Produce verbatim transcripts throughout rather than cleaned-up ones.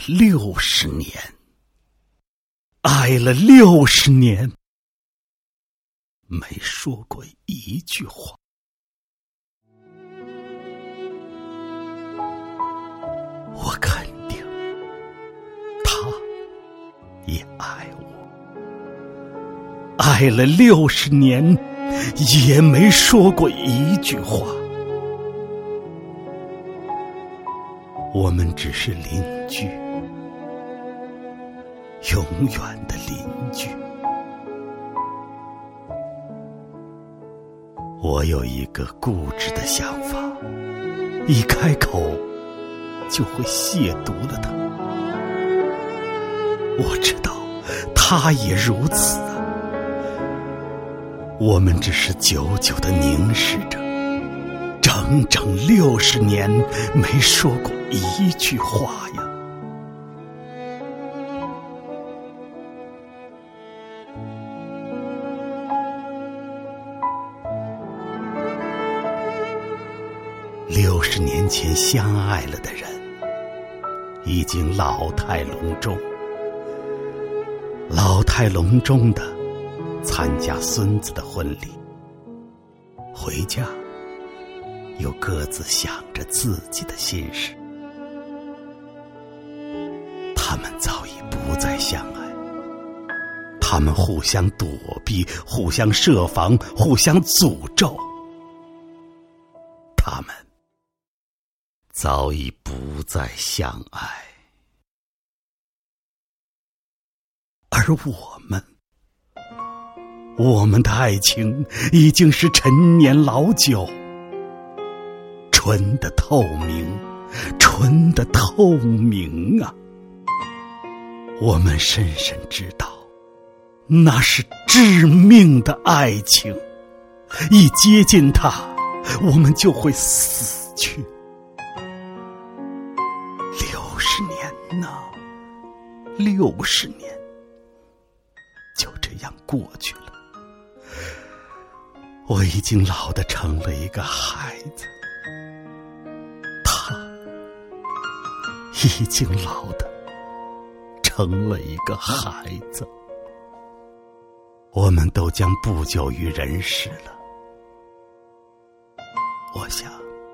六十年，爱了六十年，没说过一句话。我肯定他也爱我，爱了六十年，也没说过一句话。我们只是邻居，永远的邻居。我有一个固执的想法，一开口就会亵渎了他。我知道他也如此啊。我们只是久久地凝视着，整整六十年没说过一句话呀。六十年前相爱了的人，已经老态龙钟，老态龙钟的参加孙子的婚礼，回家又各自想着自己的心事。他们早已不再相爱，他们互相躲避，互相设防，互相诅咒。他们早已不再相爱，而我们，我们的爱情已经是陈年老酒，纯的透明，纯的透明啊！我们深深知道，那是致命的爱情，一接近它，我们就会死去。六十年呢，六十年就这样过去了。我已经老得成了一个孩子，他已经老得成了一个孩子。我们都将不久于人世了。我想，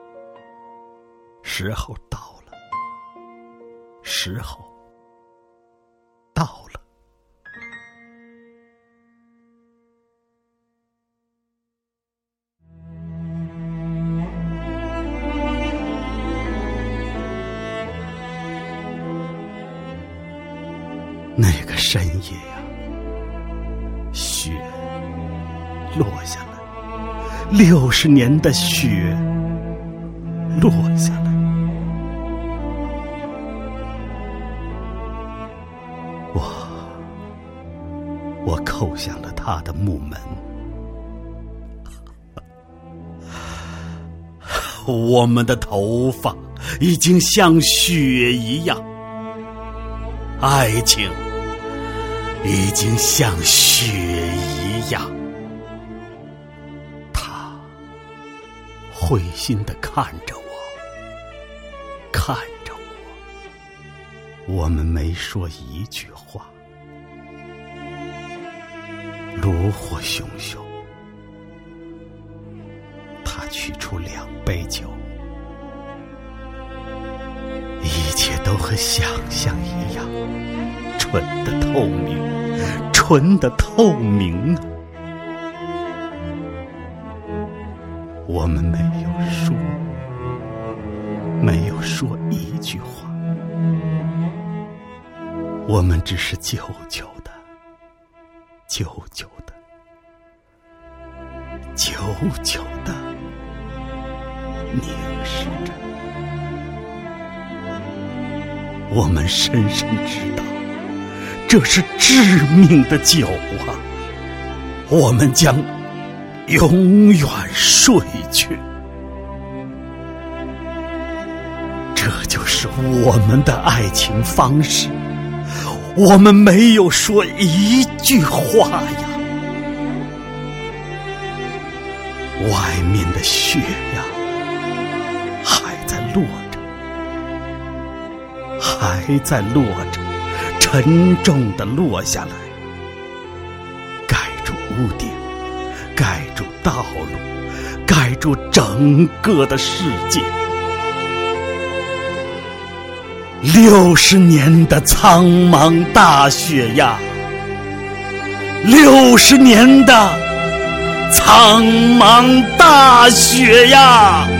时候到了，时候到了。那个深夜呀，雪落下来，六十年的雪落下来。我我叩响了他的木门，我们的头发已经像雪一样，爱情已经像雪一样。他会心地看着我，看着我，我们没说一句话。炉火熊熊，他取出两杯酒，一切都和想象一样，纯的透明，纯的透明啊！我们没有说，没有说一句话，我们只是久久的，久久的，久久的凝视着。我们深深知道，这是致命的酒啊！我们将永远睡去。这就是我们的爱情方式。我们没有说一句话呀。外面的雪呀，还在落着，还还在落着，沉重地落下来，盖住屋顶，盖住道路，盖住整个的世界。六十年的苍茫大雪呀，六十年的苍茫大雪呀！